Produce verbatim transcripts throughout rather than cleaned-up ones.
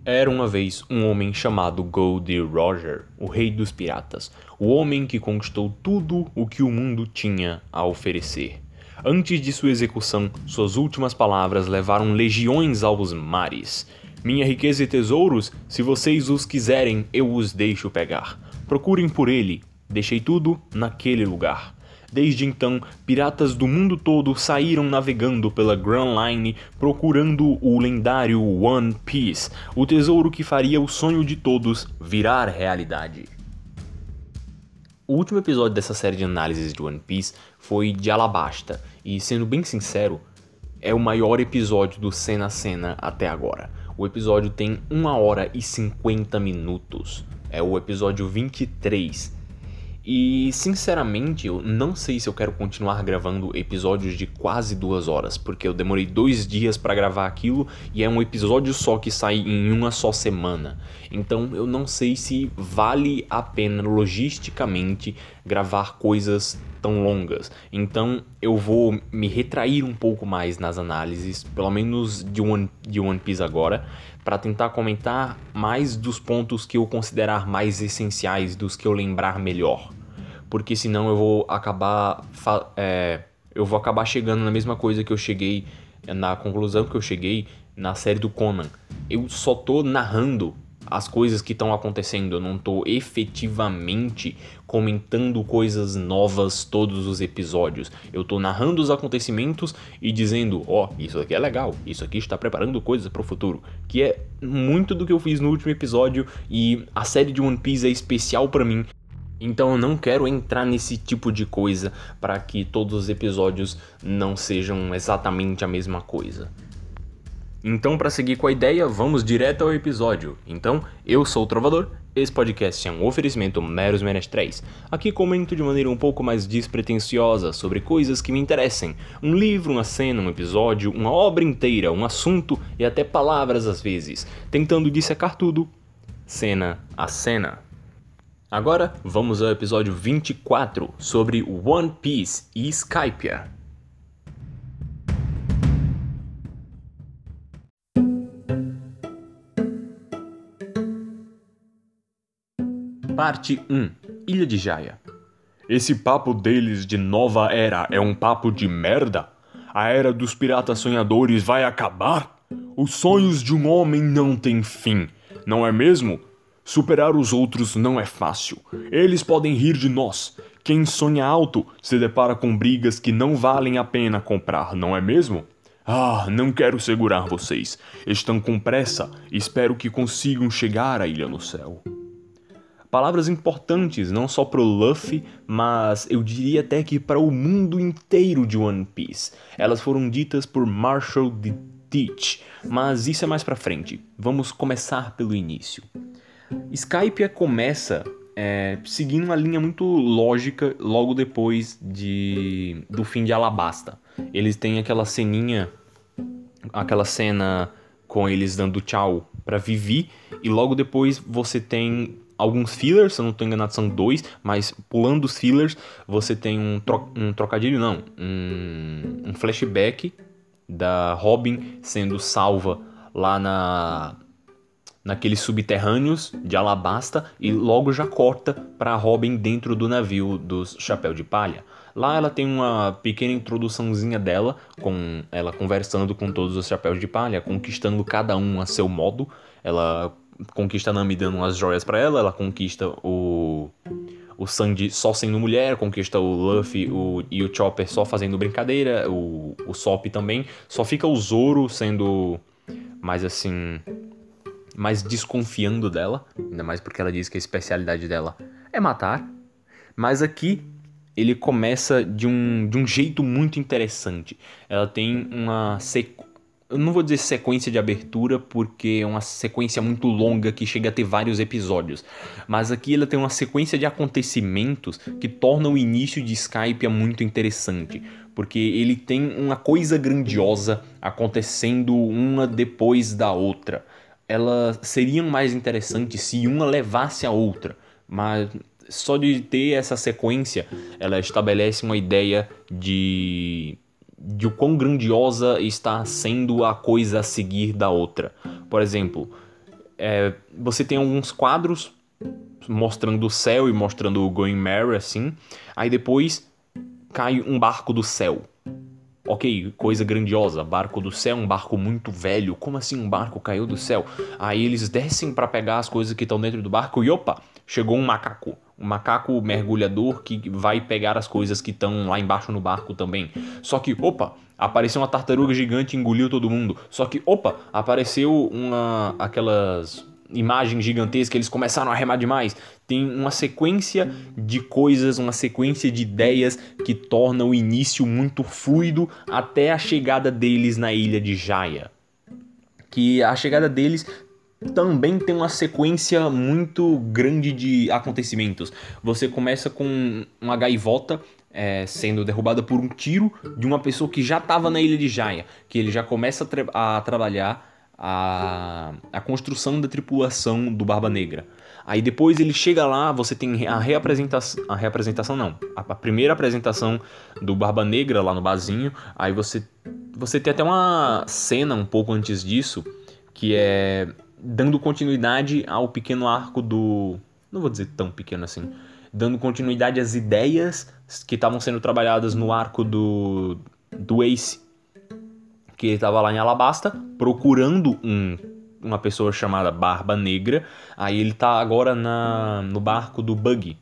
Era uma vez um homem chamado Goldie Roger, o rei dos piratas, o homem que conquistou tudo o que o mundo tinha a oferecer. Antes de sua execução, suas últimas palavras levaram legiões aos mares. Minha riqueza e tesouros, se vocês os quiserem, eu os deixo pegar. Procurem por ele, deixei tudo naquele lugar. Desde então, piratas do mundo todo saíram navegando pela Grand Line procurando o lendário One Piece, o tesouro que faria o sonho de todos virar realidade. O último episódio dessa série de análises de One Piece foi de Alabasta, e sendo bem sincero, é o maior episódio do Cena a Cena até agora. O episódio tem uma hora e cinquenta minutos, é o episódio vinte e três. E, sinceramente, eu não sei se eu quero continuar gravando episódios de quase duas horas, porque eu demorei dois dias pra gravar aquilo e é um episódio só que sai em uma só semana. Então eu não sei se vale a pena logisticamente gravar coisas tão longas. Então eu vou me retrair um pouco mais nas análises, pelo menos de One, de One Piece agora, para tentar comentar mais dos pontos que eu considerar mais essenciais, dos que eu lembrar melhor. Porque senão eu vou acabar é, eu vou acabar chegando na mesma coisa que eu cheguei, na conclusão que eu cheguei na série do Conan. Eu só tô narrando as coisas que estão acontecendo, eu não tô efetivamente comentando coisas novas todos os episódios. Eu tô narrando os acontecimentos e dizendo, ó, oh, isso aqui é legal, isso aqui está preparando coisas pro futuro, que é muito do que eu fiz no último episódio, e a série de One Piece é especial pra mim. Então eu não quero entrar nesse tipo de coisa para que todos os episódios não sejam exatamente a mesma coisa. Então, para seguir com a ideia, vamos direto ao episódio. Então, eu sou o Trovador, esse podcast é um oferecimento Meros Menestréis. Aqui comento de maneira um pouco mais despretensiosa sobre coisas que me interessem. Um livro, uma cena, um episódio, uma obra inteira, um assunto e até palavras às vezes, tentando dissecar tudo, cena a cena. Agora, vamos ao episódio vinte e quatro, sobre One Piece e Skypiea. Parte um. Ilha de Jaya. Esse papo deles de nova era é um papo de merda? A era dos piratas sonhadores vai acabar? Os sonhos de um homem não têm fim, não é mesmo? Superar os outros não é fácil. Eles podem rir de nós. Quem sonha alto se depara com brigas que não valem a pena comprar, não é mesmo? Ah, não quero segurar vocês. Estão com pressa. Espero que consigam chegar à Ilha no Céu. Palavras importantes não só pro Luffy, mas eu diria até que para o mundo inteiro de One Piece. Elas foram ditas por Marshall D. Teach, mas isso é mais pra frente. Vamos começar pelo início. Skypiea começa é, seguindo uma linha muito lógica logo depois de, do fim de Alabasta. Eles têm aquela ceninha, aquela cena com eles dando tchau pra Vivi, e logo depois você tem alguns fillers, se eu não estou enganado são dois, mas pulando os fillers você tem um, tro- um trocadilho, não, um, um flashback da Robin sendo salva lá na... naqueles subterrâneos de Alabasta, e logo já corta para Robin dentro do navio dos Chapéu de Palha. Lá ela tem uma pequena introduçãozinha dela, com ela conversando com todos os Chapéus de Palha, conquistando cada um a seu modo. Ela conquista a Nami dando umas joias para ela, ela conquista o... o Sandy só sendo mulher, conquista o Luffy o, e o Chopper só fazendo brincadeira, o, o Sop também. Só fica o Zoro sendo mais assim... mais desconfiando dela, ainda mais porque ela diz que a especialidade dela é matar. Mas aqui ele começa de um, de um jeito muito interessante. Ela tem uma sequência, eu não vou dizer sequência de abertura porque é uma sequência muito longa que chega a ter vários episódios, mas aqui ela tem uma sequência de acontecimentos que torna o início de Skypiea muito interessante, porque ele tem uma coisa grandiosa acontecendo uma depois da outra. Elas seriam mais interessantes se uma levasse a outra, mas só de ter essa sequência, ela estabelece uma ideia de, de o quão grandiosa está sendo a coisa a seguir da outra. Por exemplo, é, você tem alguns quadros mostrando o céu e mostrando o Going Merry, assim. Aí depois cai um barco do céu. Ok, coisa grandiosa, barco do céu, um barco muito velho. Como assim um barco caiu do céu? Aí eles descem pra pegar as coisas que estão dentro do barco e opa, chegou um macaco. Um macaco mergulhador que vai pegar as coisas que estão lá embaixo no barco também. Só que, opa, apareceu uma tartaruga gigante e engoliu todo mundo. Só que, opa, apareceu uma aquelas imagens gigantescas, eles começaram a remar demais. Tem uma sequência de coisas, uma sequência de ideias que torna o início muito fluido até a chegada deles na ilha de Jaya. Que a chegada deles também tem uma sequência muito grande de acontecimentos. Você começa com uma gaivota é, sendo derrubada por um tiro de uma pessoa que já estava na ilha de Jaya, que ele já começa a, tra- a trabalhar a, a construção da tripulação do Barba Negra. Aí depois ele chega lá, você tem a reapresentação, a reapresentação não, a, a primeira apresentação do Barba Negra lá no barzinho. Aí você, você tem até uma cena um pouco antes disso, que é dando continuidade ao pequeno arco do... Não vou dizer tão pequeno assim. Dando continuidade às ideias que estavam sendo trabalhadas no arco do, do Ace. Que ele estava lá em Alabasta procurando um, uma pessoa chamada Barba Negra. Aí ele tá agora na, no barco do Buggy.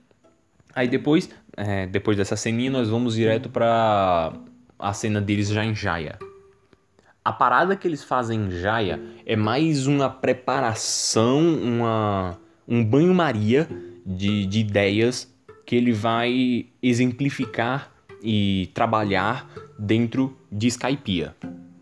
Aí depois, é, depois dessa ceninha, nós vamos direto pra a cena deles já em Jaya. A parada que eles fazem em Jaya é mais uma preparação, uma, um banho-maria de, de ideias que ele vai exemplificar e trabalhar dentro de Skypiea.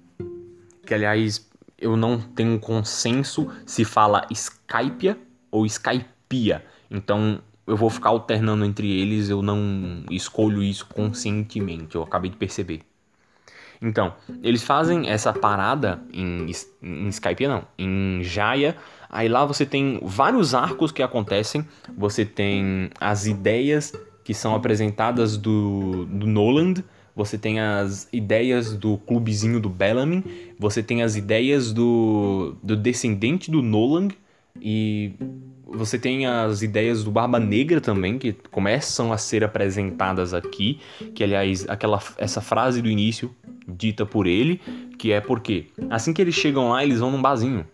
Que, aliás, eu não tenho consenso se fala Skypiea ou Skypiea. Então, eu vou ficar alternando entre eles, eu não escolho isso conscientemente, eu acabei de perceber. Então, eles fazem essa parada em, em Skypiea, não, em Jaya. Aí lá você tem vários arcos que acontecem. Você tem as ideias que são apresentadas do, do Noland. Você tem as ideias do clubezinho do Bellamy. Você tem as ideias do, do descendente do Noland. E você tem as ideias do Barba Negra também, que começam a ser apresentadas aqui. Que, aliás, aquela, essa frase do início dita por ele, que é porque assim que eles chegam lá, eles vão num barzinho.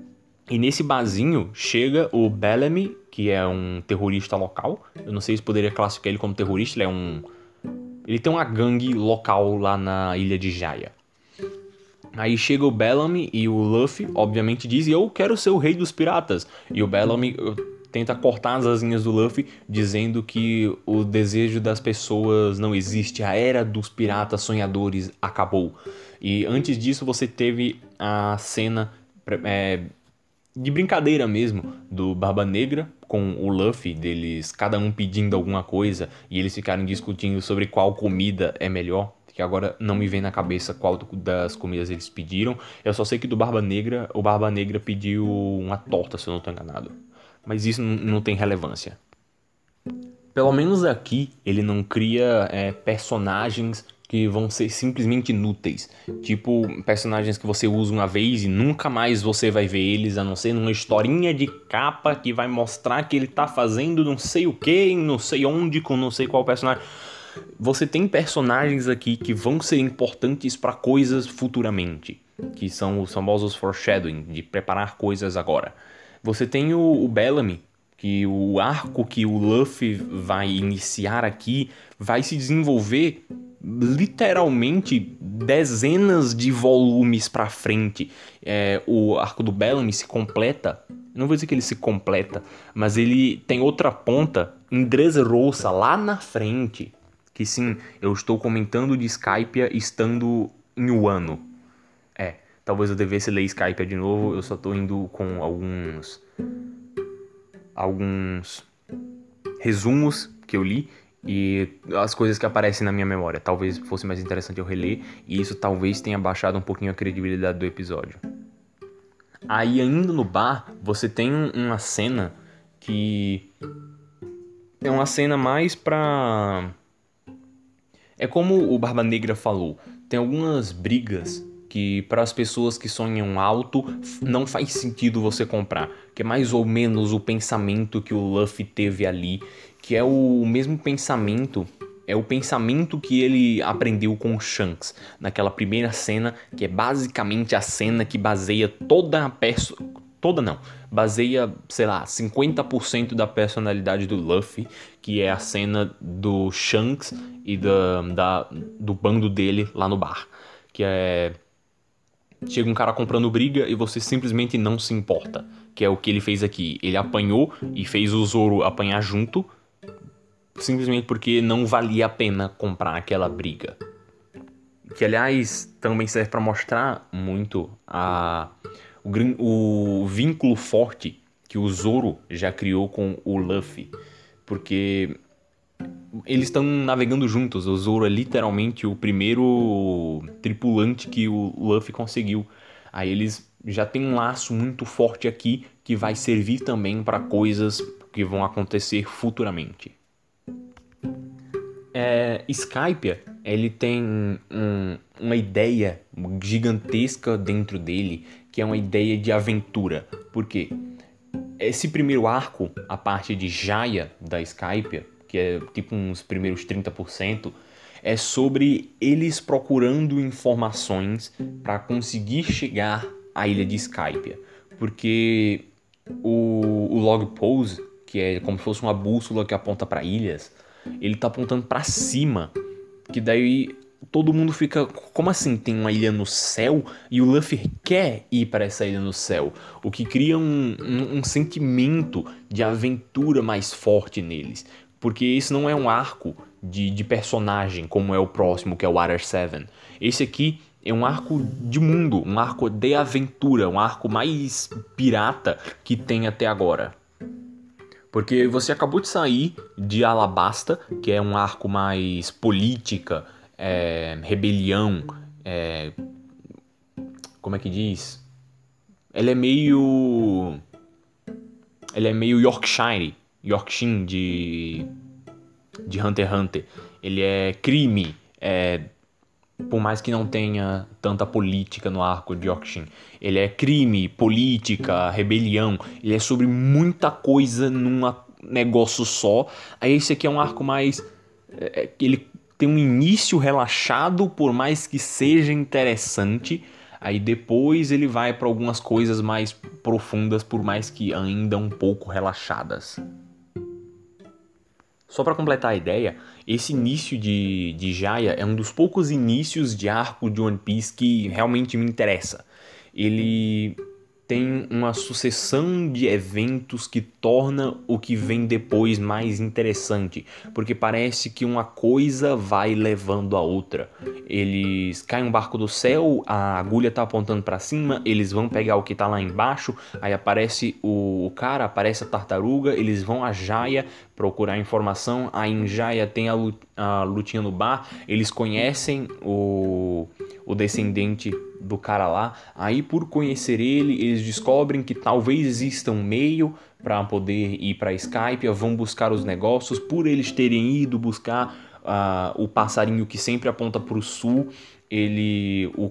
E nesse barzinho chega o Bellamy, que é um terrorista local. Eu não sei se poderia classificar ele como terrorista, ele é um... Ele tem uma gangue local lá na ilha de Jaya. Aí chega o Bellamy e o Luffy, obviamente, diz: eu quero ser o rei dos piratas. E o Bellamy tenta cortar as asinhas do Luffy, dizendo que o desejo das pessoas não existe, a era dos piratas sonhadores acabou. E antes disso você teve a cena é, de brincadeira mesmo do Barba Negra com o Luffy, deles cada um pedindo alguma coisa e eles ficaram discutindo sobre qual comida é melhor, que agora não me vem na cabeça qual das comidas eles pediram. Eu só sei que do Barba Negra, o Barba Negra pediu uma torta, se eu não estou enganado. Mas isso não tem relevância. Pelo menos aqui, ele não cria é, personagens que vão ser simplesmente inúteis. Tipo, personagens que você usa uma vez e nunca mais você vai ver eles, a não ser numa historinha de capa que vai mostrar que ele tá fazendo não sei o que, não sei onde, com não sei qual personagem. Você tem personagens aqui que vão ser importantes para coisas futuramente, que são os famosos foreshadowing, de preparar coisas agora. Você tem o, o Bellamy, que o arco que o Luffy vai iniciar aqui vai se desenvolver literalmente dezenas de volumes para frente. É, o arco do Bellamy se completa, não vou dizer que ele se completa, mas ele tem outra ponta em Dressrosa lá na frente. Que sim, eu estou comentando de Skypiea estando em Wano. É, talvez eu devesse ler Skypiea de novo, eu só estou indo com alguns... alguns resumos que eu li e as coisas que aparecem na minha memória. Talvez fosse mais interessante eu reler e isso talvez tenha baixado um pouquinho a credibilidade do episódio. Aí ainda no bar, você tem uma cena que é uma cena mais pra... É como o Barba Negra falou, tem algumas brigas que para as pessoas que sonham alto não faz sentido você comprar, que é mais ou menos o pensamento que o Luffy teve ali, que é o mesmo pensamento, é o pensamento que ele aprendeu com o Shanks naquela primeira cena, que é basicamente a cena que baseia toda a perso toda não, baseia, sei lá, cinquenta por cento da personalidade do Luffy, que é a cena do Shanks e da, da, do bando dele lá no bar, que é... chega um cara comprando briga e você simplesmente não se importa, que é o que ele fez aqui. Ele apanhou e fez o Zoro apanhar junto, simplesmente porque não valia a pena comprar aquela briga. Que, aliás, também serve para mostrar muito a, o, o vínculo forte que o Zoro já criou com o Luffy. Porque eles estão navegando juntos. O Zoro é literalmente o primeiro tripulante que o Luffy conseguiu. Aí eles já têm um laço muito forte aqui que vai servir também para coisas que vão acontecer futuramente. É, Skypiea, ele tem um, uma ideia gigantesca dentro dele, que é uma ideia de aventura. Por quê? Esse primeiro arco, a parte de Jaya da Skypiea, que é tipo uns primeiros trinta por cento, é sobre eles procurando informações para conseguir chegar à ilha de Skypiea. Porque o, o log pose, que é como se fosse uma bússola que aponta para ilhas, ele tá apontando para cima, que daí todo mundo fica, como assim tem uma ilha no céu? E o Luffy quer ir para essa ilha no céu, o que cria um, um, um sentimento de aventura mais forte neles, porque esse não é um arco de, de personagem como é o próximo, que é o Water seven. Esse aqui é um arco de mundo, um arco de aventura, um arco mais pirata que tem até agora. Porque você acabou de sair de Alabasta, que é um arco mais política, é, rebelião, é, como é que diz? Ele é meio... Ele é meio Yorkshire, Yorkshire de, de Hunter x Hunter. Ele é crime, é, por mais que não tenha tanta política no arco de Yorkshire. Ele é crime, política, rebelião. Ele é sobre muita coisa num negócio só. Aí esse aqui é um arco mais... É, ele tem um início relaxado, por mais que seja interessante. Aí depois ele vai para algumas coisas mais profundas, por mais que ainda um pouco relaxadas. Só para completar a ideia, esse início de, de Jaya é um dos poucos inícios de arco de One Piece que realmente me interessa. Ele tem uma sucessão de eventos que torna o que vem depois mais interessante, porque parece que uma coisa vai levando a outra. Eles caem um barco do céu, a agulha tá apontando para cima, eles vão pegar o que tá lá embaixo, aí aparece o cara, aparece a tartaruga, eles vão a Jaya procurar informação, aí em Jaya tem a, a lutinha no bar, eles conhecem o, o descendente do cara lá, aí por conhecer ele, eles descobrem que talvez exista um meio para poder ir para Skypiea, vão buscar os negócios, por eles terem ido buscar uh, o passarinho que sempre aponta para o sul, ele, o,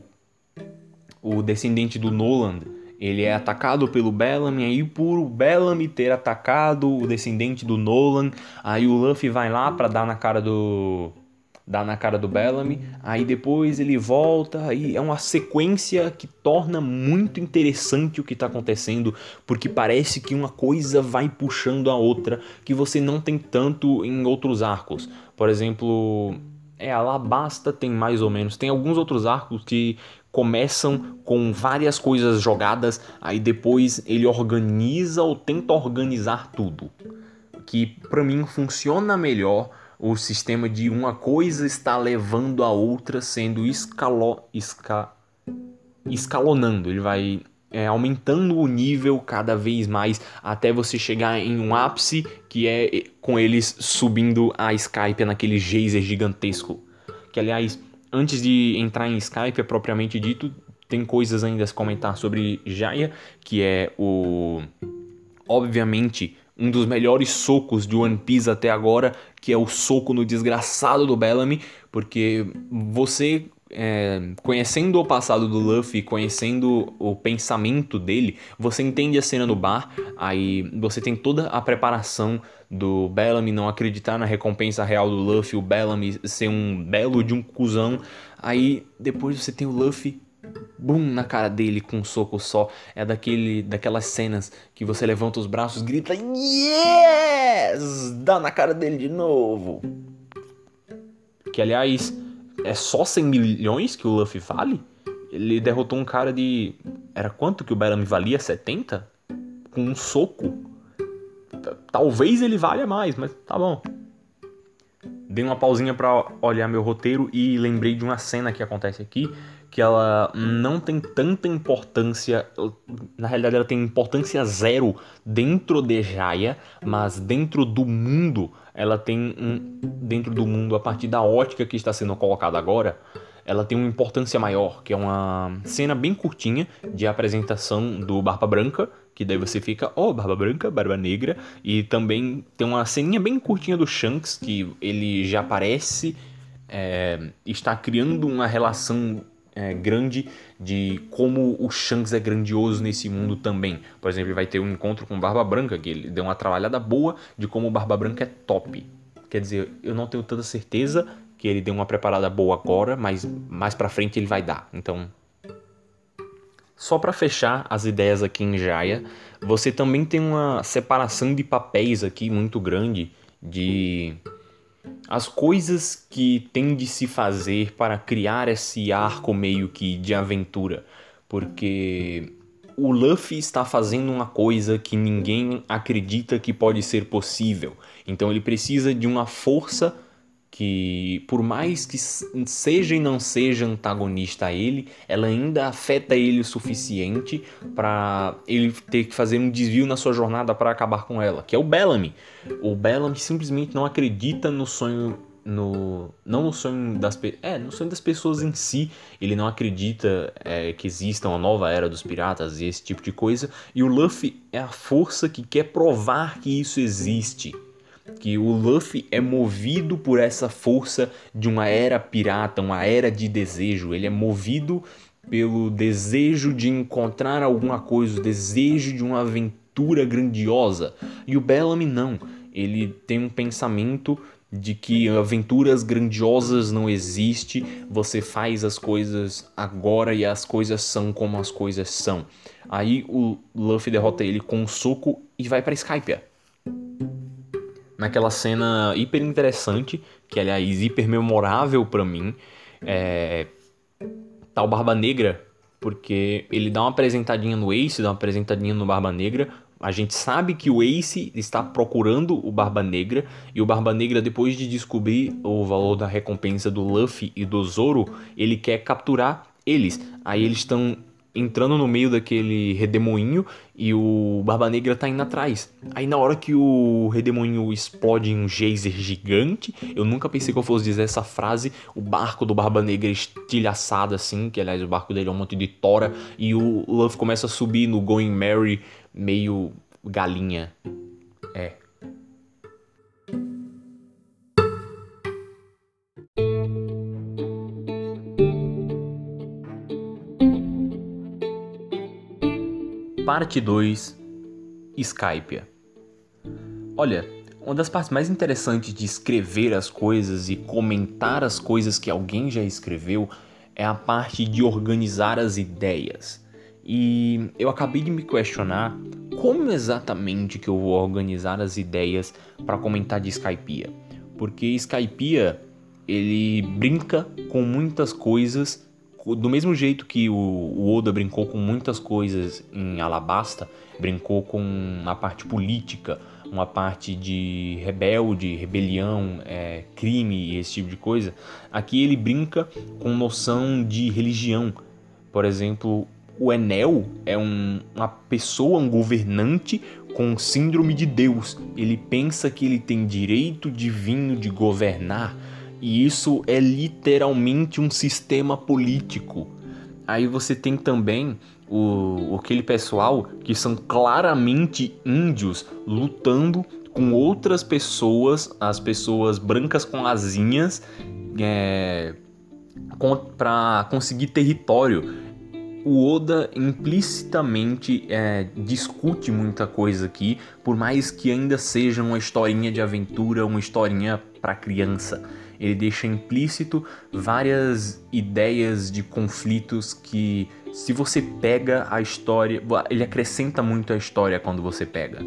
o descendente do Noland, ele é atacado pelo Bellamy, aí por o Bellamy ter atacado o descendente do Nolan, aí o Luffy vai lá para dar na cara do... dá na cara do Bellamy, aí depois ele volta, aí é uma sequência que torna muito interessante o que está acontecendo, porque parece que uma coisa vai puxando a outra, que você não tem tanto em outros arcos. Por exemplo, é, Alabasta tem mais ou menos, tem alguns outros arcos que começam com várias coisas jogadas, aí depois ele organiza ou tenta organizar tudo, que para mim funciona melhor o sistema de uma coisa está levando a outra, sendo escalo, esca, escalonando. Ele vai é, aumentando o nível cada vez mais até você chegar em um ápice, que é com eles subindo a Skypiea naquele geyser gigantesco. Que, aliás, antes de entrar em Skypiea propriamente dito, tem coisas ainda a se comentar sobre Jaya, que é o... obviamente... um dos melhores socos de One Piece até agora, que é o soco no desgraçado do Bellamy, porque você é, conhecendo o passado do Luffy, conhecendo o pensamento dele, você entende a cena no bar, aí você tem toda a preparação do Bellamy não acreditar na recompensa real do Luffy, o Bellamy ser um belo de um cuzão, aí depois você tem o Luffy, bum, na cara dele com um soco só. É daquele, daquelas cenas que você levanta os braços, grita yes! Dá na cara dele de novo. Que aliás, é só cem milhões que o Luffy vale? Ele derrotou um cara de... Era quanto que o Bellamy valia? setenta? Com um soco? Talvez ele valha mais, mas tá bom. Dei uma pausinha pra olhar meu roteiro e lembrei de uma cena que acontece aqui, que ela não tem tanta importância, na realidade ela tem importância zero dentro de Jaya, mas dentro do mundo, ela tem um, dentro do mundo, a partir da ótica que está sendo colocada agora, ela tem uma importância maior, que é uma cena bem curtinha de apresentação do Barba Branca, que daí você fica, ó, oh, Barba Branca, Barba Negra, e também tem uma ceninha bem curtinha do Shanks, que ele já parece é, estar criando uma relação é, grande de como o Shanks é grandioso nesse mundo também. Por exemplo, ele vai ter um encontro com o Barba Branca, que ele deu uma trabalhada boa de como o Barba Branca é top. Quer dizer, eu não tenho tanta certeza que ele deu uma preparada boa agora, mas mais pra frente ele vai dar. Então, só pra fechar as ideias aqui em Jaya, você também tem uma separação de papéis aqui muito grande de as coisas que tem de se fazer para criar esse arco meio que de aventura. Porque o Luffy está fazendo uma coisa que ninguém acredita que pode ser possível. Então ele precisa de uma força que, por mais que seja e não seja antagonista a ele, ela ainda afeta ele o suficiente para ele ter que fazer um desvio na sua jornada para acabar com ela, que é o Bellamy. O Bellamy simplesmente não acredita no sonho, no, não no sonho das, é, no sonho das pessoas em si. Ele não acredita é, que exista uma nova era dos piratas e esse tipo de coisa. E o Luffy é a força que quer provar que isso existe. Que o Luffy é movido por essa força de uma era pirata, uma era de desejo. Ele é movido pelo desejo de encontrar alguma coisa, o desejo de uma aventura grandiosa. E o Bellamy não. Ele tem um pensamento de que aventuras grandiosas não existem. Você faz as coisas agora e as coisas são como as coisas são. Aí o Luffy derrota ele com um soco e vai pra Skypiea. Naquela cena hiper interessante, que aliás hiper memorável pra mim, é... tá o Barba Negra, porque ele dá uma apresentadinha no Ace, dá uma apresentadinha no Barba Negra. A gente sabe que o Ace está procurando o Barba Negra, e o Barba Negra, depois de descobrir o valor da recompensa do Luffy e do Zoro, ele quer capturar eles. Aí eles estão entrando no meio daquele redemoinho e o Barba Negra tá indo atrás. Aí na hora que o redemoinho explode em um geyser gigante, eu nunca pensei que eu fosse dizer essa frase, o barco do Barba Negra estilhaçado assim, que aliás o barco dele é um monte de tora, e o Luffy começa a subir no Going Merry meio galinha. É. Parte dois, Skypiea. Olha, uma das partes mais interessantes de escrever as coisas e comentar as coisas que alguém já escreveu é a parte de organizar as ideias. E eu acabei de me questionar como exatamente que eu vou organizar as ideias para comentar de Skypiea. Porque Skypiea, ele brinca com muitas coisas. Do mesmo jeito que o Oda brincou com muitas coisas em Alabasta, brincou com a parte política, uma parte de rebelde, rebelião, é, crime e esse tipo de coisa, aqui ele brinca com noção de religião. Por exemplo, o Enel é um, uma pessoa, um governante com síndrome de Deus. Ele pensa que ele tem direito divino de governar. E isso é literalmente um sistema político. Aí você tem também o, aquele pessoal que são claramente índios lutando com outras pessoas, as pessoas brancas com asinhas, é, para conseguir território. O Oda implicitamente é, discute muita coisa aqui, por mais que ainda seja uma historinha de aventura, uma historinha para criança. Ele deixa implícito várias ideias de conflitos que, se você pega a história, ele acrescenta muito a história quando você pega.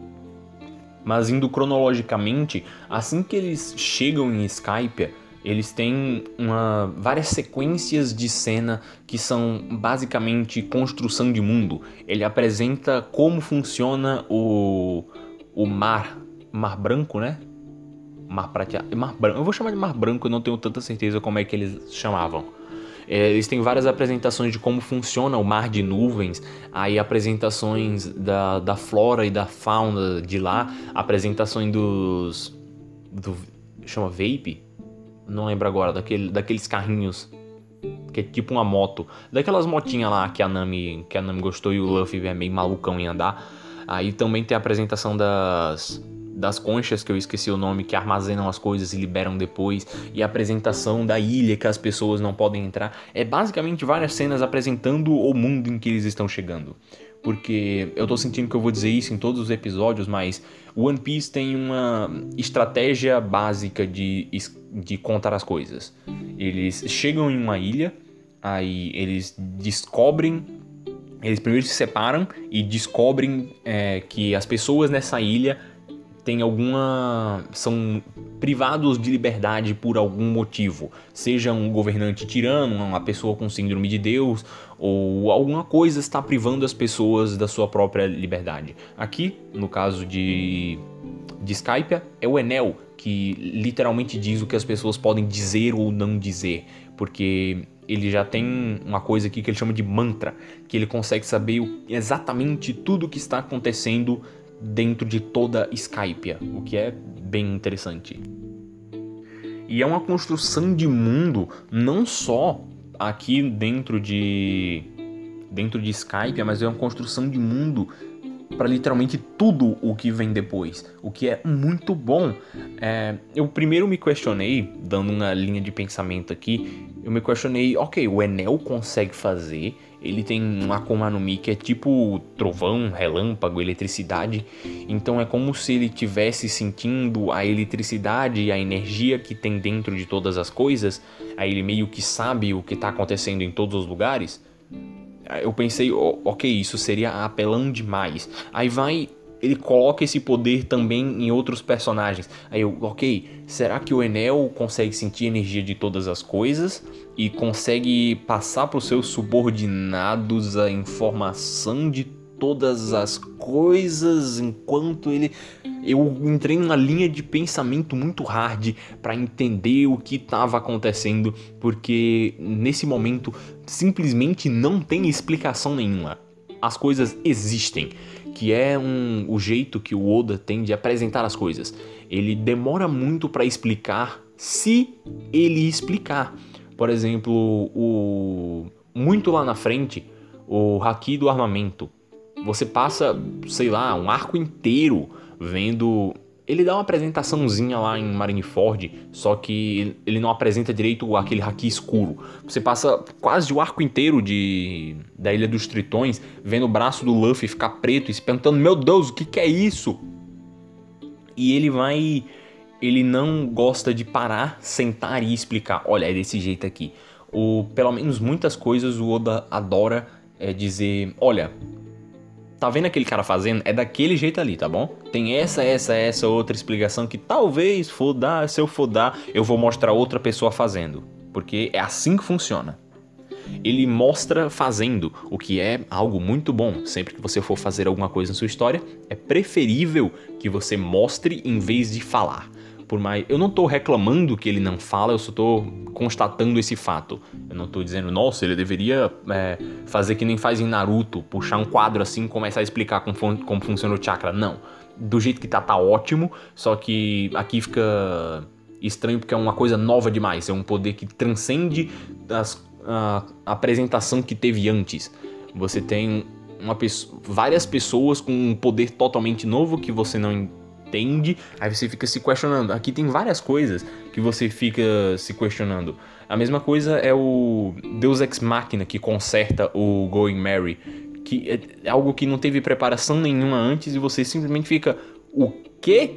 Mas indo cronologicamente, assim que eles chegam em Skypiea, eles têm uma, várias sequências de cena que são basicamente construção de mundo. Ele apresenta como funciona o, o mar, mar branco, né? Mar prateado, mar branco. Eu vou chamar de mar branco, eu não tenho tanta certeza como é que eles chamavam. É, eles têm várias apresentações de como funciona o mar de nuvens, aí apresentações da, da flora e da fauna de lá, apresentações dos... do... chama Vape? Não lembro agora, daquele, daqueles carrinhos que é tipo uma moto, daquelas motinhas lá que a Nami, que a Nami gostou e o Luffy é meio malucão em andar. Aí também tem a apresentação das, das conchas, que eu esqueci o nome, que armazenam as coisas e liberam depois, e a apresentação da ilha que as pessoas não podem entrar. É basicamente várias cenas apresentando o mundo em que eles estão chegando. Porque eu tô sentindo que eu vou dizer isso em todos os episódios, mas One Piece tem uma estratégia básica de, de contar as coisas. Eles chegam em uma ilha, aí eles descobrem, eles primeiro se separam e descobrem é, que as pessoas nessa ilha têm alguma, são privados de liberdade por algum motivo, seja um governante tirano, uma pessoa com síndrome de Deus, ou alguma coisa está privando as pessoas da sua própria liberdade. Aqui, no caso de, de Skypiea, é o Enel que literalmente diz o que as pessoas podem dizer ou não dizer, porque ele já tem uma coisa aqui que ele chama de mantra, que ele consegue saber exatamente tudo o que está acontecendo dentro de toda Skypiea, o que é bem interessante. E é uma construção de mundo não só aqui dentro de dentro de Skypiea, mas é uma construção de mundo para literalmente tudo o que vem depois, o que é muito bom. É, eu primeiro me questionei, dando uma linha de pensamento aqui, eu me questionei, ok, o Enel consegue fazer, ele tem uma Akuma no Mi que é tipo trovão, relâmpago, eletricidade, então é como se ele estivesse sentindo a eletricidade e a energia que tem dentro de todas as coisas, aí ele meio que sabe o que está acontecendo em todos os lugares. Eu pensei, ok, isso seria apelão demais. Aí vai, ele coloca esse poder também em outros personagens. Aí eu, ok, será que o Enel consegue sentir a energia de todas as coisas e consegue passar para os seus subordinados a informação de todas as coisas enquanto ele... Eu entrei numa linha de pensamento muito hard para entender o que estava acontecendo, porque nesse momento simplesmente não tem explicação nenhuma. As coisas existem, que é um, o jeito que o Oda tem de apresentar as coisas. Ele demora muito para explicar, se ele explicar. Por exemplo, o, muito lá na frente, o Haki do armamento. Você passa, sei lá, um arco inteiro vendo... Ele dá uma apresentaçãozinha lá em Marineford, só que ele não apresenta direito aquele haki escuro. Você passa quase o arco inteiro de, da Ilha dos Tritões vendo o braço do Luffy ficar preto e se perguntando, meu Deus, o que, que é isso? E ele vai... Ele não gosta de parar, sentar e explicar. Olha, é desse jeito aqui. Ou, pelo menos muitas coisas o Oda adora é dizer, olha... Tá vendo aquele cara fazendo? É daquele jeito ali, tá bom? Tem essa, essa, essa outra explicação que talvez for dar, se eu for dar, eu vou mostrar outra pessoa fazendo. Porque é assim que funciona. Ele mostra fazendo, o que é algo muito bom. Sempre que você for fazer alguma coisa na sua história, é preferível que você mostre em vez de falar. Por mais... Eu não tô reclamando que ele não fala, eu só tô constatando esse fato. Eu não tô dizendo, nossa, ele deveria é, fazer que nem faz em Naruto, puxar um quadro assim e começar a explicar como, fun- como funciona o chakra. Não. Do jeito que tá, tá ótimo, só que aqui fica estranho porque é uma coisa nova demais. É um poder que transcende as, a, a apresentação que teve antes. Você tem uma pessoa, várias pessoas com um poder totalmente novo que você não entende, aí você fica se questionando. Aqui tem várias coisas que você fica se questionando. A mesma coisa é o Deus Ex Machina, que conserta o Going Merry, que é algo que não teve preparação nenhuma antes e você simplesmente fica, o quê?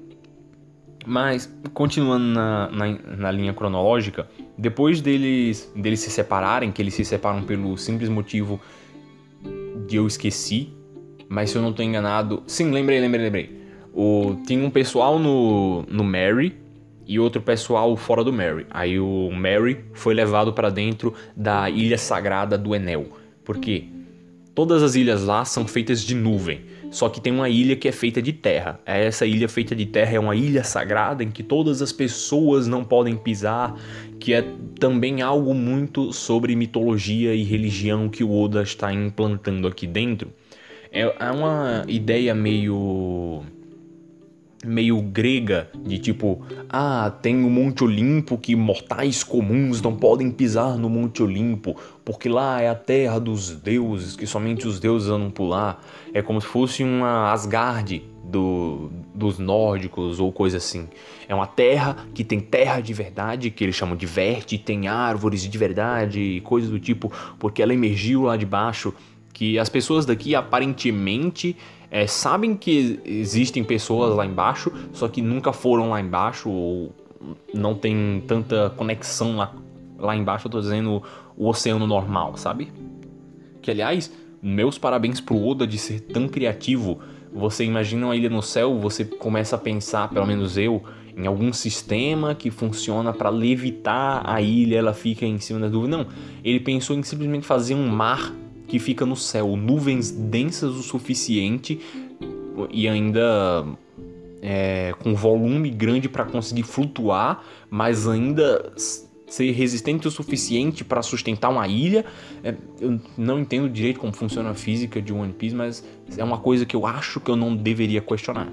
Mas, continuando na, na, na linha cronológica, depois deles, deles se separarem, que eles se separam pelo simples motivo de eu esqueci, mas se eu não estou enganado... Sim, lembrei, lembrei, lembrei. O, tinha um pessoal no, no Merry e outro pessoal fora do Merry. Aí o Merry foi levado para dentro da Ilha Sagrada do Enel. Por quê? Todas as ilhas lá são feitas de nuvem, só que tem uma ilha que é feita de terra. Essa ilha feita de terra é uma ilha sagrada em que todas as pessoas não podem pisar, que é também algo muito sobre mitologia e religião que o Oda está implantando aqui dentro. É uma ideia meio... meio grega, de tipo, ah, tem o Monte Olimpo que mortais comuns não podem pisar no Monte Olimpo, porque lá é a terra dos deuses, que somente os deuses andam por lá. É como se fosse uma Asgard do, dos nórdicos ou coisa assim. É uma terra que tem terra de verdade, que eles chamam de verte, tem árvores de verdade e coisas do tipo, porque ela emergiu lá de baixo, que as pessoas daqui aparentemente... É, sabem que existem pessoas lá embaixo, só que nunca foram lá embaixo ou não tem tanta conexão lá, lá embaixo. Eu tô dizendo o oceano normal, sabe? Que, aliás, meus parabéns pro Oda de ser tão criativo. Você imagina uma ilha no céu, você começa a pensar, pelo menos eu, em algum sistema que funciona para levitar a ilha, ela fica em cima da nuvem. Não, ele pensou em simplesmente fazer um mar que fica no céu, nuvens densas o suficiente e ainda é, com volume grande para conseguir flutuar, mas ainda ser resistente o suficiente para sustentar uma ilha. É, eu não entendo direito como funciona a física de One Piece, mas é uma coisa que eu acho que eu não deveria questionar.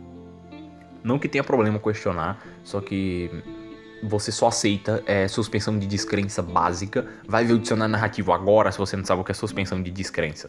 Não que tenha problema questionar, só que... você só aceita é, suspensão de descrença básica. Vai ver o dicionário narrativo agora se você não sabe o que é suspensão de descrença.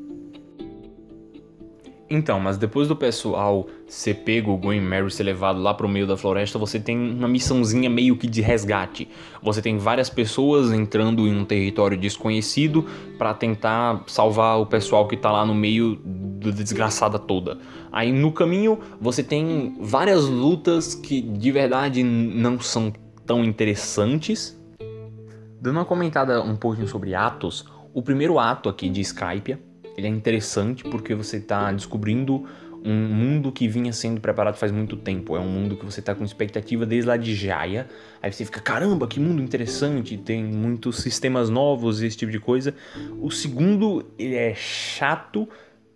Então, mas depois do pessoal ser pego, o Going Merry ser levado lá pro meio da floresta, você tem uma missãozinha meio que de resgate. Você tem várias pessoas entrando em um território desconhecido para tentar salvar o pessoal que tá lá no meio da desgraçada toda. Aí no caminho você tem várias lutas que de verdade não são tão interessantes. Dando uma comentada um pouquinho sobre atos, o primeiro ato aqui de Skypiea, ele é interessante porque você está descobrindo um mundo que vinha sendo preparado faz muito tempo. É um mundo que você está com expectativa desde lá de Jaya. Aí você fica, caramba, que mundo interessante, tem muitos sistemas novos e esse tipo de coisa. O segundo, ele é chato,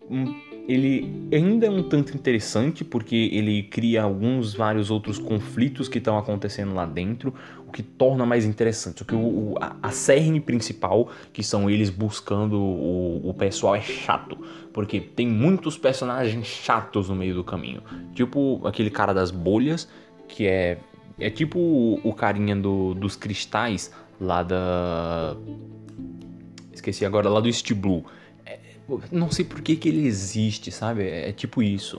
ele ainda é um tanto interessante porque ele cria alguns vários outros conflitos que estão acontecendo lá dentro, o que torna mais interessante. Só que o, o, a, a cerne principal, que são eles buscando o, o pessoal, é chato, porque tem muitos personagens chatos no meio do caminho. Tipo aquele cara das bolhas, que é, é tipo o, o carinha do, dos cristais lá da... esqueci agora, lá do East Blue. Não sei por que que ele existe, sabe? É tipo isso.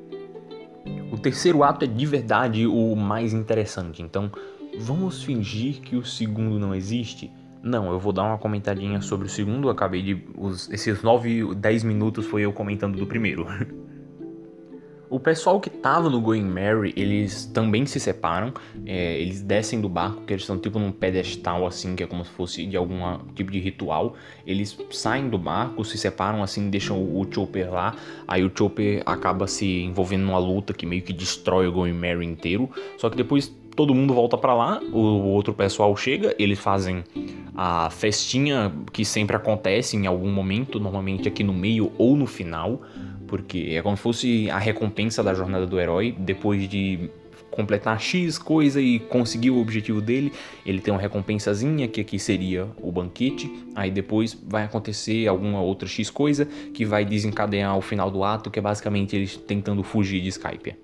O terceiro ato é de verdade o mais interessante. Então, vamos fingir que o segundo não existe? Não, eu vou dar uma comentadinha sobre o segundo. Eu acabei de... Os, esses nove, dez minutos foi eu comentando do primeiro. O pessoal que tava no Going Merry, eles também se separam. É, eles descem do barco, que eles estão tipo num pedestal assim, que é como se fosse de algum tipo de ritual. Eles saem do barco, se separam assim, deixam o, o Chopper lá. Aí o Chopper acaba se envolvendo numa luta que meio que destrói o Going Merry inteiro. Só que depois todo mundo volta pra lá, o outro pessoal chega, eles fazem a festinha que sempre acontece em algum momento, normalmente aqui no meio ou no final, porque é como se fosse a recompensa da jornada do herói. Depois de completar X coisa e conseguir o objetivo dele, ele tem uma recompensazinha, que aqui seria o banquete. Aí depois vai acontecer alguma outra X coisa que vai desencadear o final do ato, que é basicamente eles tentando fugir de Skypiea.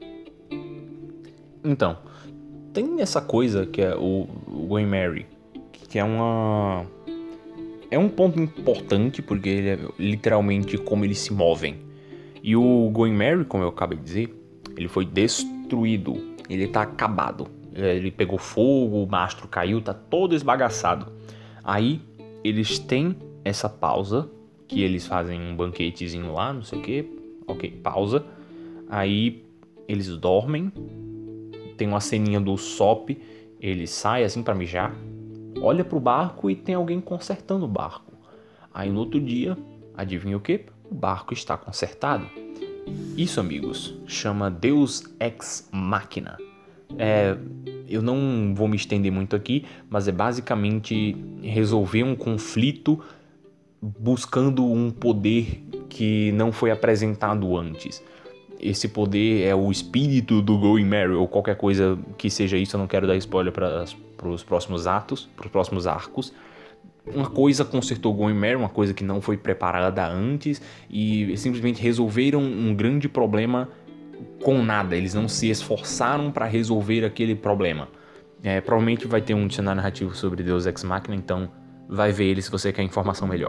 Então, tem essa coisa que é o, o Going Merry, que é uma... é um ponto importante, porque ele é literalmente como eles se movem. E o Going Merry, como eu acabei de dizer, Ele foi destruído. Ele tá acabado. Ele pegou fogo, o mastro caiu, tá todo esbagaçado. Aí eles têm essa pausa, que eles fazem um banquetezinho lá, não sei o que. Ok, pausa. Aí eles dormem. Tem uma ceninha do Sop. Ele sai assim pra mijar. Olha pro barco e tem alguém consertando o barco. Aí no outro dia, adivinha o que? O barco está consertado. Isso, amigos, chama Deus Ex Machina. É, eu não vou me estender muito aqui, mas é basicamente resolver um conflito buscando um poder que não foi apresentado antes. Esse poder é o espírito do Going Merry, ou qualquer coisa que seja isso. Eu não quero dar spoiler para os próximos atos, para os próximos arcos. Uma coisa consertou Going Merry, uma coisa que não foi preparada antes, e simplesmente resolveram um grande problema com nada. Eles não se esforçaram para resolver aquele problema. É, provavelmente vai ter um dicionário narrativo sobre Deus Ex Machina, então vai ver ele se você quer informação melhor.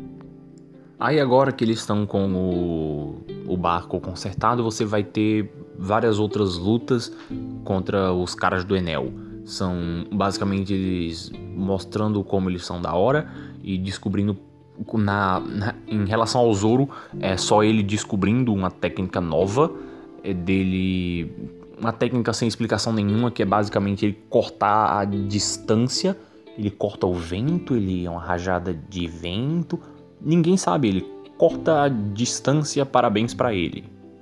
Aí agora que eles estão com o, o barco consertado, você vai ter várias outras lutas contra os caras do Enel. São basicamente eles mostrando como eles são da hora e descobrindo na, na, em relação ao Zoro, é só ele descobrindo uma técnica nova é dele, uma técnica sem explicação nenhuma, que é basicamente ele cortar a distância. Ele corta o vento, ele é uma rajada de vento. Ninguém sabe, ele corta a distância, parabéns pra ele.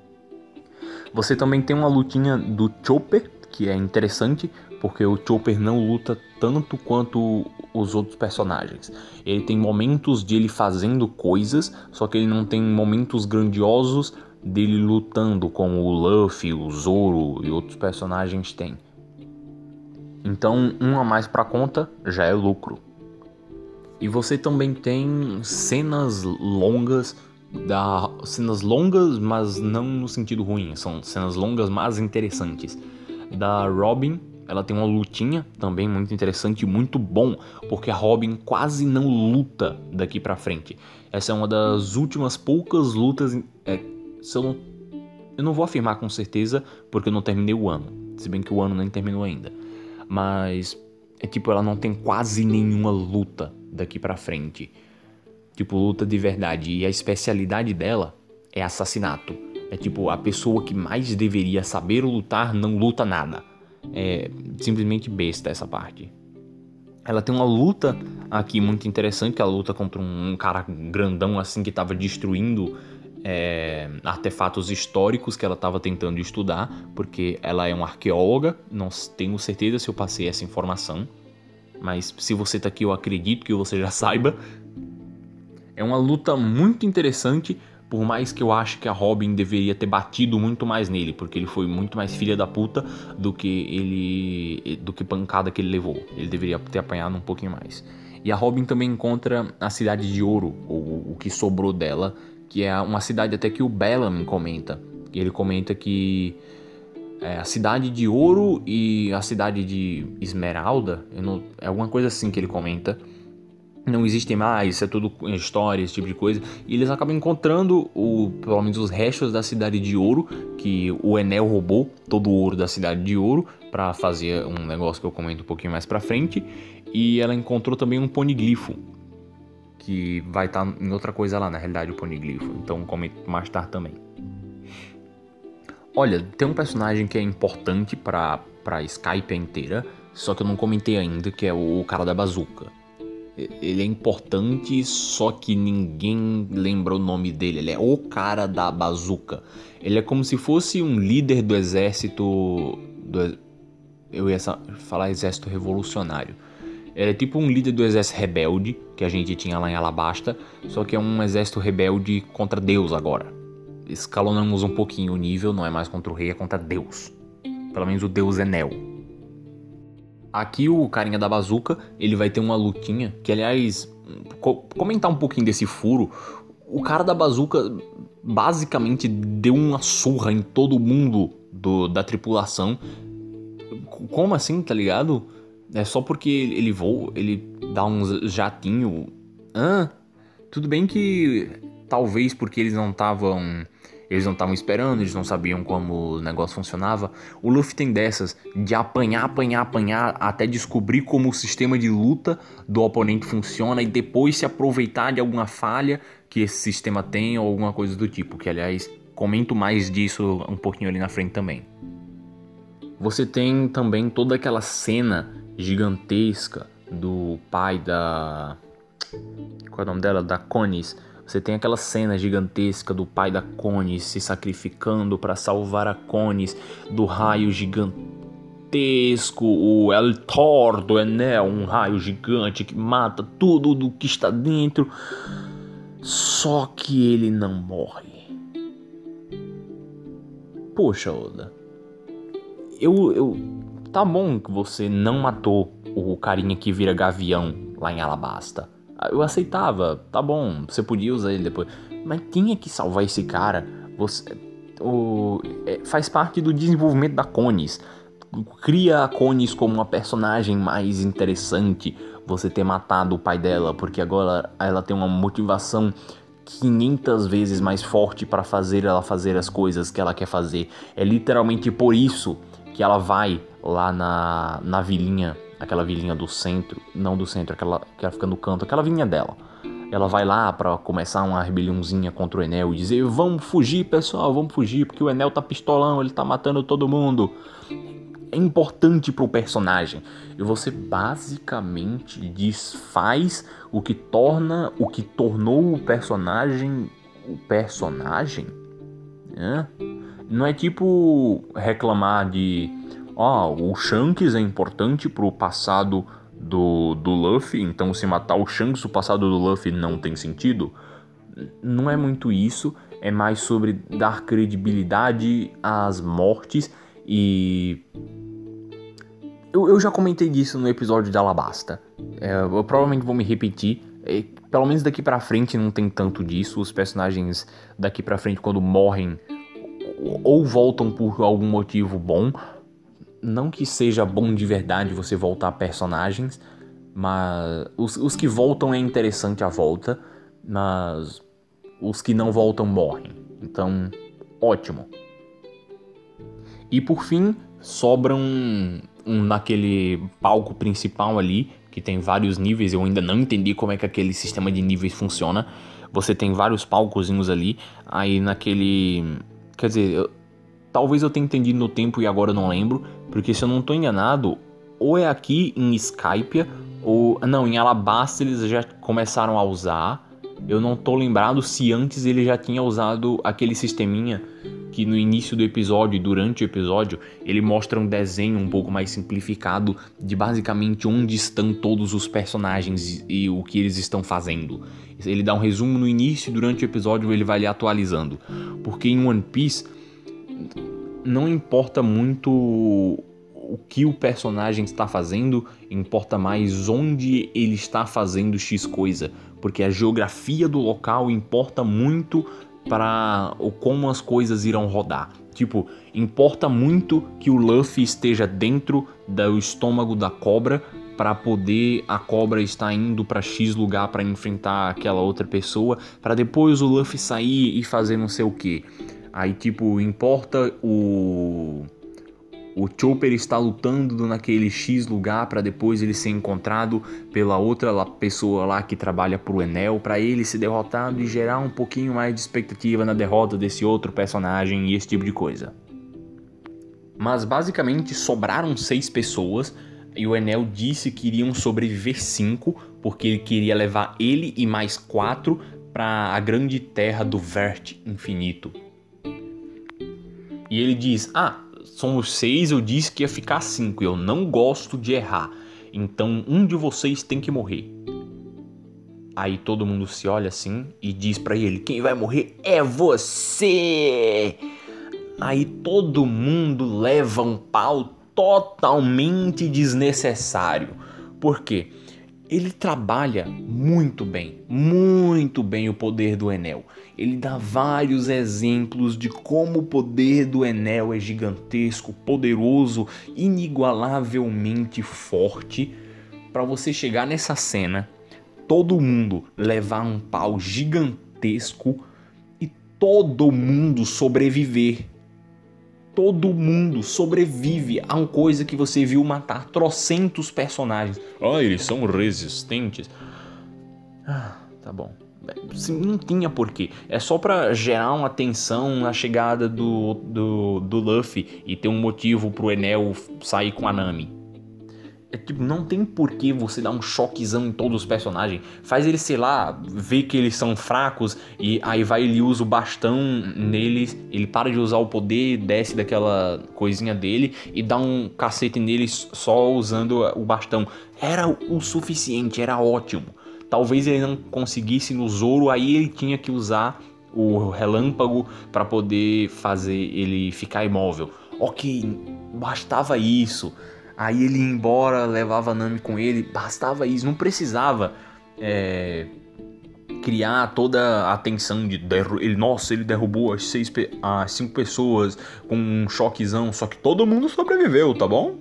Você também tem uma lutinha do Chopper, que é interessante, porque o Chopper não luta tanto quanto os outros personagens. Ele tem momentos de ele fazendo coisas, só que ele não tem momentos grandiosos dele lutando, como o Luffy, o Zoro e outros personagens têm. Então, um a mais pra conta já é lucro. E você também tem cenas longas, da, cenas longas, mas não no sentido ruim, são cenas longas, mas interessantes. Da Robin, ela tem uma lutinha também muito interessante e muito bom, porque a Robin quase não luta daqui pra frente. Essa é uma das últimas poucas lutas, é, se eu, não, eu não vou afirmar com certeza, porque eu não terminei o ano, se bem que o ano nem terminou ainda. Mas é tipo, ela não tem quase nenhuma luta daqui pra frente. Tipo, luta de verdade. E a especialidade dela é assassinato. É tipo, a pessoa que mais deveria saber lutar não luta nada. É simplesmente besta essa parte. Ela tem uma luta aqui muito interessante, que ela luta contra um cara grandão assim que tava destruindo é, artefatos históricos que ela tava tentando estudar, porque ela é uma arqueóloga. Não tenho certeza se eu passei essa informação, mas se você tá aqui eu acredito que você já saiba. É uma luta muito interessante, por mais que eu ache que a Robin deveria ter batido muito mais nele, porque ele foi muito mais filha da puta do que ele, do que pancada que ele levou. Ele deveria ter apanhado um pouquinho mais. E a Robin também encontra a cidade de ouro, ou o que sobrou dela, que é uma cidade até que o Bellamy comenta. Ele comenta que é, a cidade de ouro e a cidade de esmeralda, eu não, é alguma coisa assim que ele comenta, não existem mais, isso é tudo história, esse tipo de coisa. E eles acabam encontrando o, pelo menos os restos da cidade de ouro, que o Enel roubou todo o ouro da cidade de ouro para fazer um negócio que eu comento um pouquinho mais pra frente. E ela encontrou também um poniglifo, que vai estar tá em outra coisa lá, na realidade, o poniglifo. Então comento mais tarde também. Olha, tem um personagem que é importante pra, pra Skype inteira, só que eu não comentei ainda, que é o cara da bazuca. Ele é importante, só que ninguém lembra o nome dele. Ele é o cara da bazuca. Ele é como se fosse um líder do exército... Do, eu ia falar exército revolucionário. Ele é tipo um líder do exército rebelde, que a gente tinha lá em Alabasta, só que é um exército rebelde contra Deus agora. Escalonamos um pouquinho o nível, não é mais contra o rei, é contra Deus. Pelo menos o Deus Enel. Aqui o carinha da bazuca, ele vai ter uma lutinha, que aliás, co- comentar um pouquinho desse furo, o cara da bazuca basicamente deu uma surra em todo mundo do, da tripulação. Como assim, tá ligado? É só porque ele voa, ele dá uns jatinho. Ah, tudo bem que talvez porque eles não estavam Eles não estavam esperando, eles não sabiam como o negócio funcionava. O Luffy tem dessas, de apanhar, apanhar, apanhar, até descobrir como o sistema de luta do oponente funciona e depois se aproveitar de alguma falha que esse sistema tem ou alguma coisa do tipo. Que, aliás, comento mais disso um pouquinho ali na frente também. Você tem também toda aquela cena gigantesca do pai da... Qual é o nome dela? Da Connie. Você tem aquela cena gigantesca do pai da Connie se sacrificando para salvar a Connie do raio gigantesco, o El Thor do Enel, um raio gigante que mata tudo do que está dentro. Só que ele não morre. Poxa, Oda. Eu, eu... Tá bom que você não matou o carinha que vira gavião lá em Alabasta. Eu aceitava, tá bom, você podia usar ele depois. Mas tinha que salvar esse cara. Você, o, é, faz parte do desenvolvimento da Connie. Cria a Connie como uma personagem mais interessante. Você ter matado o pai dela, porque agora ela tem uma motivação quinhentas vezes mais forte para fazer ela fazer as coisas que ela quer fazer. É literalmente por isso que ela vai lá na, na vilinha, aquela vilinha do centro, não do centro, aquela que ela fica no canto, aquela vilinha dela. Ela vai lá pra começar uma rebeliãozinha contra o Enel e dizer: vamos fugir, pessoal, vamos fugir, porque o Enel tá pistolão, ele tá matando todo mundo. É importante pro personagem. E você basicamente desfaz o que torna, o que tornou o personagem o personagem. É? Não é tipo reclamar de ó, oh, o Shanks é importante pro passado do, do Luffy, então se matar o Shanks, o passado do Luffy não tem sentido. Não é muito isso, é mais sobre dar credibilidade às mortes e... Eu, eu já comentei disso no episódio da Alabasta. É, eu provavelmente vou me repetir. É, pelo menos daqui pra frente não tem tanto disso. Os personagens daqui pra frente, quando morrem, ou voltam por algum motivo bom. Não que seja bom de verdade você voltar personagens, mas os, os que voltam é interessante a volta, mas os que não voltam morrem. Então, ótimo. E por fim, sobram um, um naquele palco principal ali, que tem vários níveis. Eu ainda não entendi como é que aquele sistema de níveis funciona. Você tem vários palcozinhos ali, aí naquele... Quer dizer... Eu, talvez eu tenha entendido no tempo e agora eu não lembro, porque se eu não estou enganado, ou é aqui em Skypiea, ou... Não, em Alabasta eles já começaram a usar. Eu não estou lembrado se antes ele já tinha usado aquele sisteminha que no início do episódio e durante o episódio ele mostra um desenho um pouco mais simplificado de basicamente onde estão todos os personagens e o que eles estão fazendo. Ele dá um resumo no início e durante o episódio ele vai lhe atualizando. Porque em One Piece não importa muito o que o personagem está fazendo, importa mais onde ele está fazendo X coisa, porque a geografia do local importa muito para como as coisas irão rodar. Tipo, importa muito que o Luffy esteja dentro do estômago da cobra para poder a cobra estar indo para X lugar para enfrentar aquela outra pessoa, para depois o Luffy sair e fazer não sei o que. Aí, tipo, importa o... O Chopper está lutando naquele X lugar para depois ele ser encontrado pela outra pessoa lá que trabalha pro Enel, para ele ser derrotado e gerar um pouquinho mais de expectativa na derrota desse outro personagem e esse tipo de coisa. Mas basicamente sobraram seis pessoas e o Enel disse que iriam sobreviver cinco, porque ele queria levar ele e mais quatro para a grande terra do Vert Infinito. E ele diz, ah... somos seis, eu disse que ia ficar cinco. Eu não gosto de errar. Então um de vocês tem que morrer. Aí todo mundo se olha assim e diz pra ele: quem vai morrer é você. Aí todo mundo leva um pau totalmente desnecessário. Por quê? Ele trabalha muito bem, muito bem o poder do Enel. Ele dá vários exemplos de como o poder do Enel é gigantesco, poderoso, inigualavelmente forte. Para você chegar nessa cena, todo mundo levar um pau gigantesco e todo mundo sobreviver. Todo mundo sobrevive a uma coisa que você viu matar trocentos personagens. Ah, eles são resistentes. Ah, tá bom. Não tinha porquê. É só pra gerar uma tensão na chegada do, do, do Luffy e ter um motivo pro Enel sair com a Nami. É, tipo, não tem porquê você dar um choquezão em todos os personagens. Faz eles, sei lá, ver que eles são fracos e aí vai ele usa o bastão neles, ele para de usar o poder, desce daquela coisinha dele e dá um cacete neles só usando o bastão. Era o suficiente, era ótimo. Talvez ele não conseguisse no Zoro, aí ele tinha que usar o relâmpago para poder fazer ele ficar imóvel. Ok, bastava isso. Aí ele ia embora, levava a Nami com ele, bastava isso, não precisava é, criar toda a tensão de derru- ele, nossa, ele derrubou as, seis pe- as cinco pessoas com um choquezão, só que todo mundo sobreviveu, tá bom?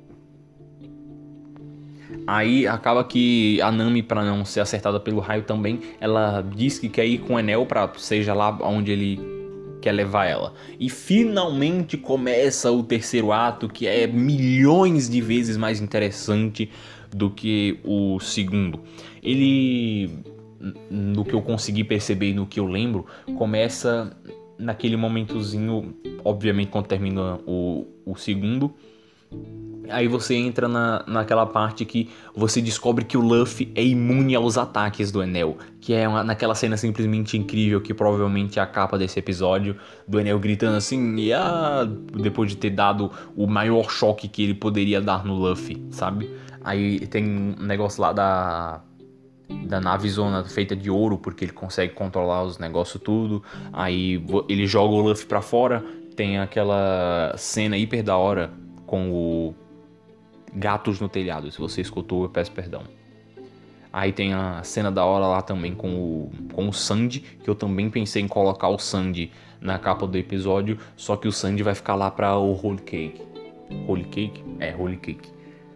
Aí acaba que a Nami, pra não ser acertada pelo raio também, ela diz que quer ir com o Enel pra seja lá onde ele quer levar ela. E finalmente começa o terceiro ato, que é milhões de vezes mais interessante do que o segundo. Ele, no que eu consegui perceber e no que eu lembro, começa naquele momentozinho, obviamente quando termina o, o segundo. Aí você entra na, naquela parte que você descobre que o Luffy é imune aos ataques do Enel. Que é uma, naquela cena simplesmente incrível que provavelmente é a capa desse episódio. Do Enel gritando assim, e ah, depois de ter dado o maior choque que ele poderia dar no Luffy, sabe? Aí tem um negócio lá da... da nave zona feita de ouro, porque ele consegue controlar os negócios tudo. Aí ele joga o Luffy pra fora. Tem aquela cena hiper da hora com o Gatos no Telhado. Se você escutou, eu peço perdão. Aí tem a cena da hora lá também com o, com o Sandy, que eu também pensei em colocar o Sandy na capa do episódio, só que o Sandy vai ficar lá pra o Holy Cake. Holy Cake? É, Holy Cake.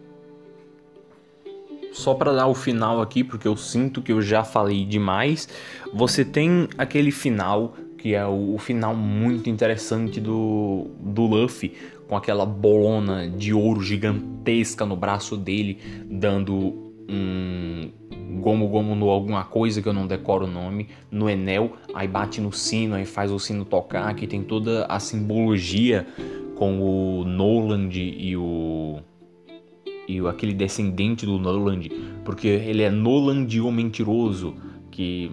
Só pra dar o final aqui, porque eu sinto que eu já falei demais, você tem aquele final, que é o, o final muito interessante do, do Luffy, com aquela bolona de ouro gigantesca no braço dele, dando um gomo gomo no alguma coisa que eu não decoro o nome, no Enel, aí bate no sino, aí faz o sino tocar, que tem toda a simbologia com o Noland e o... e aquele descendente do Noland, porque ele é Noland o mentiroso, que...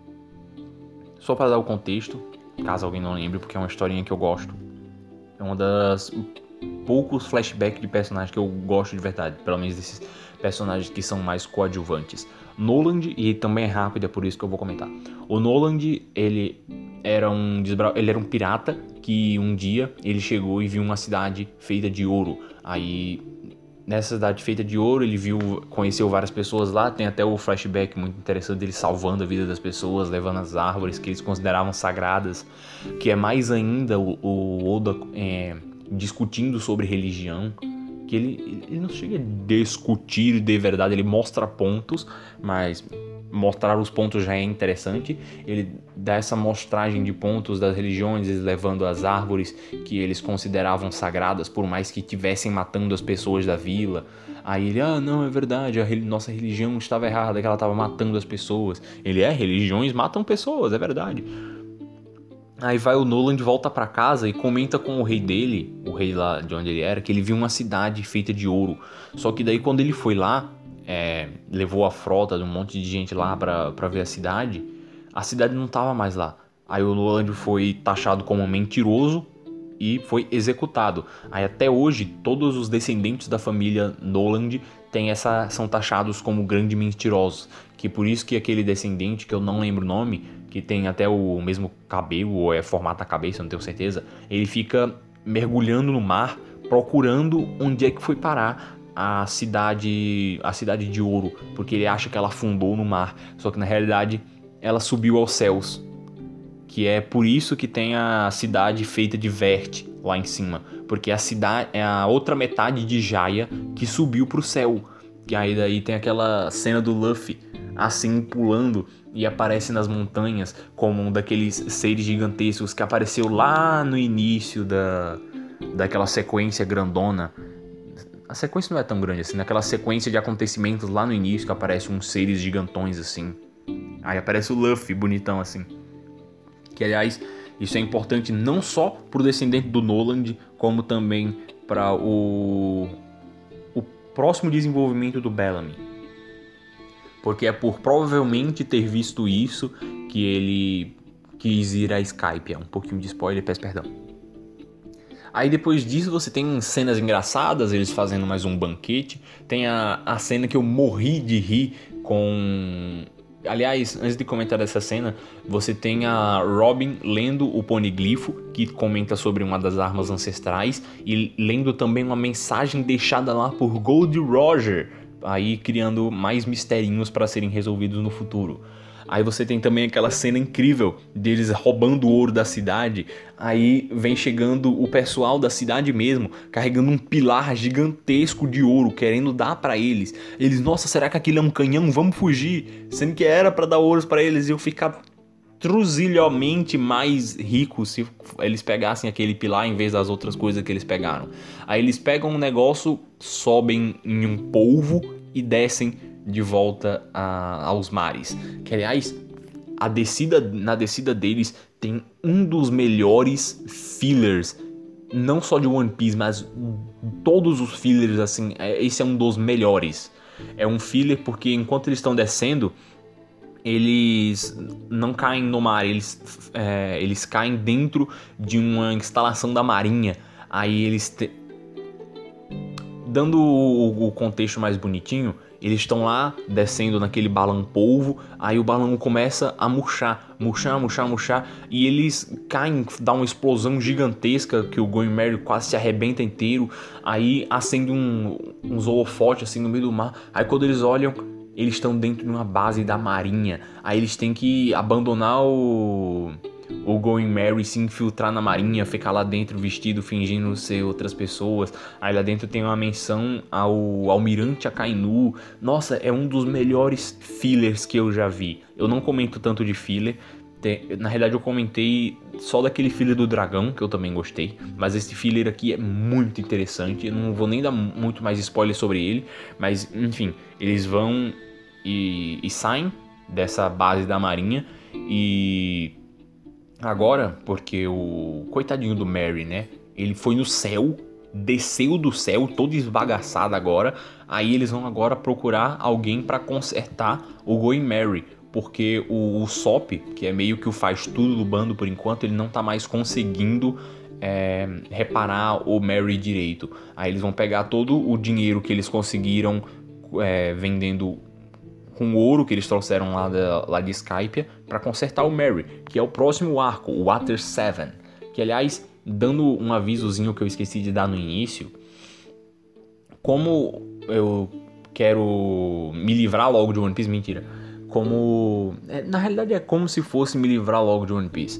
Só para dar o contexto, caso alguém não lembre, porque é uma historinha que eu gosto. É uma das poucos flashbacks de personagens que eu gosto de verdade, pelo menos desses personagens que são mais coadjuvantes. Noland, e também é rápido, é por isso que eu vou comentar. O Noland, ele era um desbra... ele era um pirata que um dia ele chegou e viu uma cidade feita de ouro. Aí nessa cidade feita de ouro, ele viu, conheceu várias pessoas lá, tem até o flashback muito interessante dele salvando a vida das pessoas, levando as árvores que eles consideravam sagradas, que é mais ainda o, o Oda é, discutindo sobre religião, que ele, ele não chega a discutir de verdade, ele mostra pontos, mas mostrar os pontos já é interessante. Ele dá essa mostragem de pontos das religiões, eles levando as árvores que eles consideravam sagradas, por mais que estivessem matando as pessoas da vila. Aí ele, ah, não, é verdade, a nossa religião estava errada, que ela estava matando as pessoas. Ele, é, religiões matam pessoas, é verdade. Aí vai o Noland, volta pra casa e comenta com o rei dele, o rei lá de onde ele era, que ele viu uma cidade feita de ouro. Só que daí quando ele foi lá, é, levou a frota de um monte de gente lá pra, pra ver a cidade, a cidade não tava mais lá. Aí o Noland foi taxado como mentiroso e foi executado. Aí até hoje, todos os descendentes da família Noland tem essa, são taxados como grandes mentirosos. Que por isso que aquele descendente, que eu não lembro o nome, que tem até o mesmo cabelo, ou é formato a cabeça, não tenho certeza, ele fica mergulhando no mar, procurando onde é que foi parar a cidade, a cidade de ouro, porque ele acha que ela afundou no mar, só que na realidade ela subiu aos céus, que é por isso que tem a cidade feita de Verte lá em cima, porque a cidade é a outra metade de Jaya que subiu pro céu. E aí daí tem aquela cena do Luffy assim pulando e aparece nas montanhas como um daqueles seres gigantescos que apareceu lá no início da, daquela sequência grandona. A sequência não é tão grande assim, naquela sequência de acontecimentos lá no início que aparecem uns seres gigantões assim. Aí aparece o Luffy bonitão assim. Que aliás, isso é importante não só pro descendente do Noland, como também para o, o próximo desenvolvimento do Bellamy. Porque é por provavelmente ter visto isso que ele quis ir a Skypiea. Um pouquinho de spoiler, peço perdão. Aí depois disso você tem cenas engraçadas, eles fazendo mais um banquete. Tem a, a cena que eu morri de rir com... Aliás, antes de comentar dessa cena, você tem a Robin lendo o Poniglifo, que comenta sobre uma das armas ancestrais, e lendo também uma mensagem deixada lá por Gold Roger, aí criando mais misterinhos para serem resolvidos no futuro. Aí você tem também aquela cena incrível deles roubando o ouro da cidade. Aí vem chegando o pessoal da cidade mesmo, carregando um pilar gigantesco de ouro, querendo dar pra eles. Eles, nossa, será que aquilo é um canhão? Vamos fugir. Sendo que era pra dar ouros pra eles e eu ficar truzilhamente mais rico se eles pegassem aquele pilar em vez das outras coisas que eles pegaram. Aí eles pegam um negócio, sobem em um polvo e descem de volta a, aos mares. Que aliás, a descida, na descida deles tem um dos melhores fillers, não só de One Piece, mas todos os fillers, assim, esse é um dos melhores. É um filler porque enquanto eles estão descendo, eles não caem no mar, eles, é, eles caem dentro de uma instalação da marinha. Aí eles... Te... Dando o, o contexto mais bonitinho, eles estão lá descendo naquele balão polvo, aí o balão começa a murchar, murchar, murchar, murchar, e eles caem, dá uma explosão gigantesca que o Going Merry quase se arrebenta inteiro, aí acende um, uns holofotes assim no meio do mar, aí quando eles olham, eles estão dentro de uma base da marinha, aí eles têm que abandonar o... o Going Merry, se infiltrar na marinha, ficar lá dentro vestido, fingindo ser outras pessoas. Aí lá dentro tem uma menção ao Almirante Akainu. Nossa, é um dos melhores fillers que eu já vi. Eu não comento tanto de filler. Na realidade eu comentei só daquele filler do dragão, que eu também gostei. Mas esse filler aqui é muito interessante. Eu não vou nem dar muito mais spoiler sobre ele. Mas enfim, eles vão e, e saem dessa base da marinha. E... agora, porque o coitadinho do Merry, né? Ele foi no céu, desceu do céu, todo esbagaçado agora. Aí eles vão agora procurar alguém para consertar o Going Merry. Porque o, o Sop, que é meio que o faz tudo do bando por enquanto, ele não tá mais conseguindo é, reparar o Merry direito. Aí eles vão pegar todo o dinheiro que eles conseguiram é, vendendo... com o ouro que eles trouxeram lá, da, lá de Skypiea para consertar o Merry, que é o próximo arco, o Water sete. Que, aliás, dando um avisozinho que eu esqueci de dar no início, como eu quero me livrar logo de One Piece, mentira, como... É, na realidade é como se fosse me livrar logo de One Piece.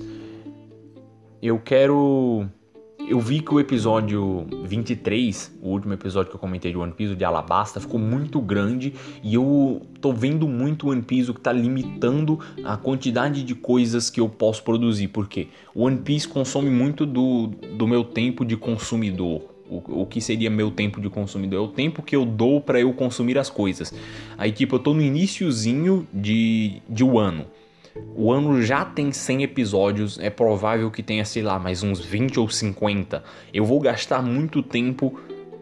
Eu quero... Eu vi que o episódio vinte e três, o último episódio que eu comentei de One Piece, o de Alabasta, ficou muito grande e eu tô vendo muito One Piece, o que tá limitando a quantidade de coisas que eu posso produzir. Porque o One Piece consome muito do, do meu tempo de consumidor. O, o que seria meu tempo de consumidor? É o tempo que eu dou pra eu consumir as coisas. Aí tipo, eu tô no iniciozinho de, de um ano. O ano já tem cem episódios, é provável que tenha, sei lá, mais uns vinte ou cinquenta. Eu vou gastar muito tempo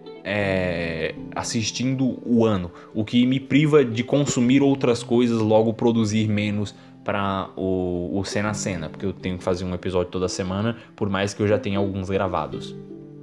é, assistindo o ano, o que me priva de consumir outras coisas, logo produzir menos para o, o Cena a Cena, porque eu tenho que fazer um episódio toda semana, por mais que eu já tenha alguns gravados.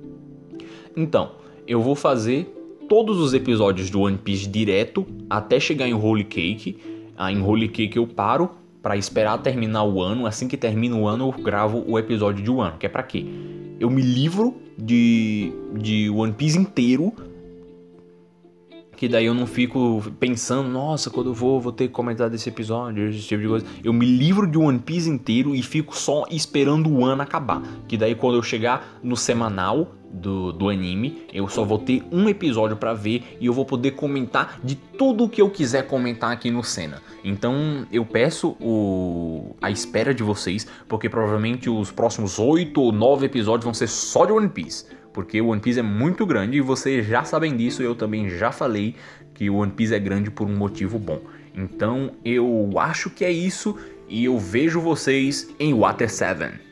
Então, eu vou fazer todos os episódios do One Piece direto até chegar em Holy Cake. Ah, em Holy Cake eu paro para esperar terminar o ano. Assim que termina o ano, eu gravo o episódio de um ano. Que é para quê? Eu me livro de, de One Piece inteiro, Que daí eu não fico pensando, nossa, quando eu vou, vou ter que comentar desse episódio, esse tipo de coisa. Eu me livro de One Piece inteiro e fico só esperando o ano acabar. Que daí quando eu chegar no semanal do, do anime, eu só vou ter um episódio pra ver e eu vou poder comentar de tudo o que eu quiser comentar aqui no Senna. Então eu peço o, a espera de vocês, porque provavelmente os próximos oito ou nove episódios vão ser só de One Piece. Porque o One Piece é muito grande e vocês já sabem disso, eu também já falei que o One Piece é grande por um motivo bom. Então eu acho que é isso e eu vejo vocês em Water sete.